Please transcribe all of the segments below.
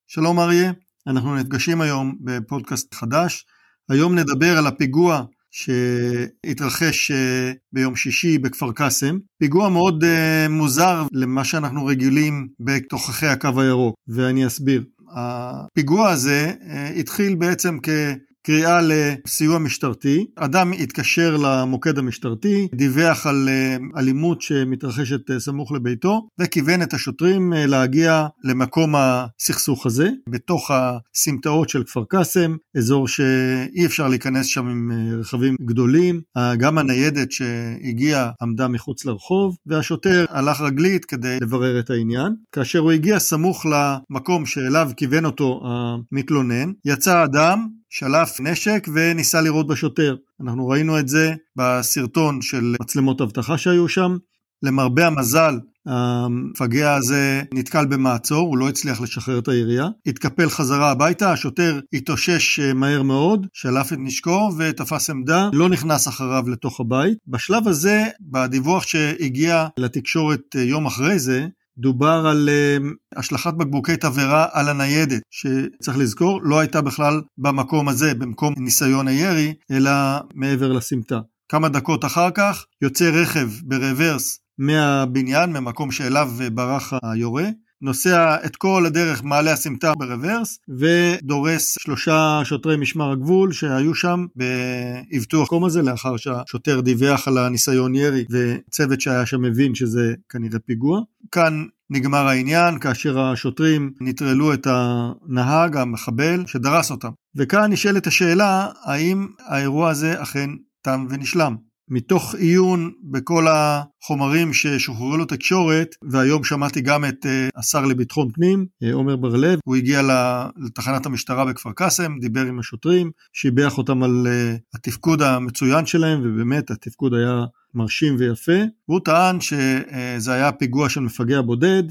שלום אריה, אנחנו נפגשים היום בפודקאסט חדש. היום נדבר על הפיגוע שהתרחש ביום שישי בכפר קאסם. פיגוע מאוד מוזר למה שאנחנו רגילים בתוככי הקו הירוק, ואני אסביר. הפיגוע הזה התחיל בעצם קריאה לסיוע משטרתי. אדם התקשר למוקד המשטרתי, דיווח על אלימות שמתרחשת סמוך לביתו, וכיוון את השוטרים להגיע למקום הסכסוך הזה, בתוך הסמטאות של כפר קאסם, אזור שאי אפשר להיכנס שם עם רכבים גדולים. גם הניידת שהגיעה עמדה מחוץ לרחוב, והשוטר הלך רגלית כדי לברר את העניין. כאשר הוא הגיע סמוך למקום שאליו כיוון אותו המתלונן, יצא אדם, שלף נשק וניסה לירות בשוטר. אנחנו ראינו את זה בסרטון של מצלמות אבטחה שהיו שם. למרבה המזל, המפגע הזה נתקל במעצור, הוא לא הצליח לשחרר את הירייה. התקפל חזרה הביתה, השוטר התאושש מהר מאוד, שלף את נשקו ותפס עמדה, לא נכנס אחריו לתוך הבית. בשלב הזה, בדיווח שהגיע לתקשורת יום אחרי זה, דובר על השלכת בקבוקי תבערה על הניידת, שצריך לזכור, לא הייתה בכלל במקום הזה, במקום ניסיון הירי, אלא מעבר לסמטה. כמה דקות אחר כך יוצא רכב ברוורס מהבניין, ממקום שאליו ברח היורה, נוסע את כל הדרך מעלה הסמטה ברוורס, ודורס 3 שוטרי משמר הגבול שהיו שם בהבטוח מקום הזה, לאחר שהשוטר דיווח על הניסיון ירי, וצוות שהיה שם מבין שזה כנראה פיגוע. כאן נגמר העניין, כאשר השוטרים נטרלו את הנהג, המחבל, שדרס אותם. וכאן נשאלת השאלה, האם האירוע הזה אכן תם ונשלם? מתוך עיון בכל החומרים ששוחררו לו תקשורת, והיום שמעתי גם את השר לביטחון פנים, עומר בר-לב, הוא הגיע לתחנת המשטרה בכפר קאסם, דיבר עם השוטרים, שיבח אותם על התפקוד המצוין שלהם, ובאמת התפקוד היה מרשים ויפה. והוא טען שזה היה פיגוע של מפגע בודד,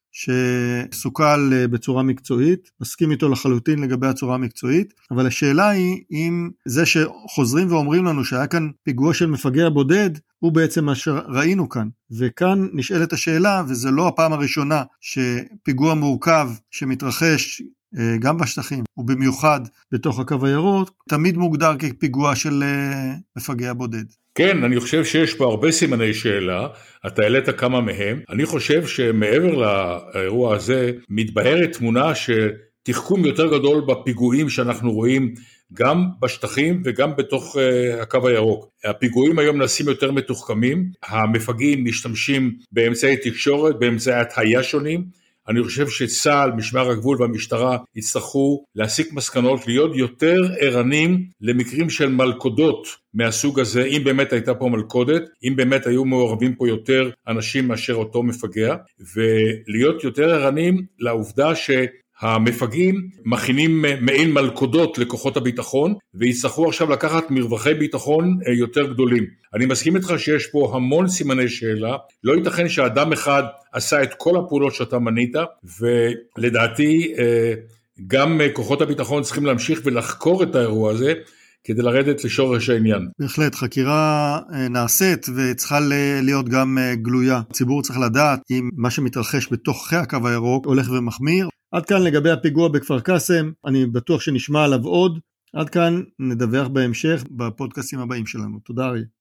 שסוקל בצורה מקצועית, מסכים איתו לחלוטין לגבי הצורה המקצועית, אבל השאלה היא אם זה שחוזרים ואומרים לנו שהיה כאן פיגוע של מפגע בודד, הוא בעצם מה שראינו כאן. וכאן נשאלת השאלה, וזה לא הפעם הראשונה שפיגוע מורכב שמתרחש גם בשטחים, ובמיוחד בתוך הקו הירוק, תמיד מוגדר כפיגוע של מפגע בודד. כן, אני חושב שיש פה הרבה סימני שאלה, אתה העלית כמה מהם. אני חושב שמעבר לאירוע הזה, מתבהרת תמונה שתחכום יותר גדול בפיגועים שאנחנו רואים גם בשטחים וגם בתוך הקו הירוק. הפיגועים היום נעשים יותר מתוחכמים, המפגעים משתמשים באמצעי תקשורת, באמצעי הטעיה שונים. אני חושב שצה"ל, משמר הגבול והמשטרה יצטרכו להסיק מסקנות, להיות יותר ערנים למקרים של מלכודות מהסוג הזה, אם באמת הייתה פה מלכודת, אם באמת היו מעורבים פה יותר אנשים מאשר אותו מפגע, ולהיות יותר ערנים לעובדה שהמפגעים מכינים מעין מלכודות לכוחות הביטחון, ויצטרכו עכשיו לקחת מרווחי ביטחון יותר גדולים. אני מסכים איתך שיש פה המון סימני שאלה, לא ייתכן שאדם אחד עשה את כל הפעולות שאתה מנית, ולדעתי גם כוחות הביטחון צריכים להמשיך ולחקור את האירוע הזה, כדי לרדת לשורש העניין. בהחלט, חקירה נעשית וצריכה להיות גם גלויה. הציבור צריך לדעת אם מה שמתרחש בתוך הקו הירוק הולך ומחמיר. עד כאן לגבי הפיגוע בכפר קאסם, אני בטוח שנשמע עליו עוד. עד כאן נדווח בהמשך בפודקאסטים הבאים שלנו. תודה רבה.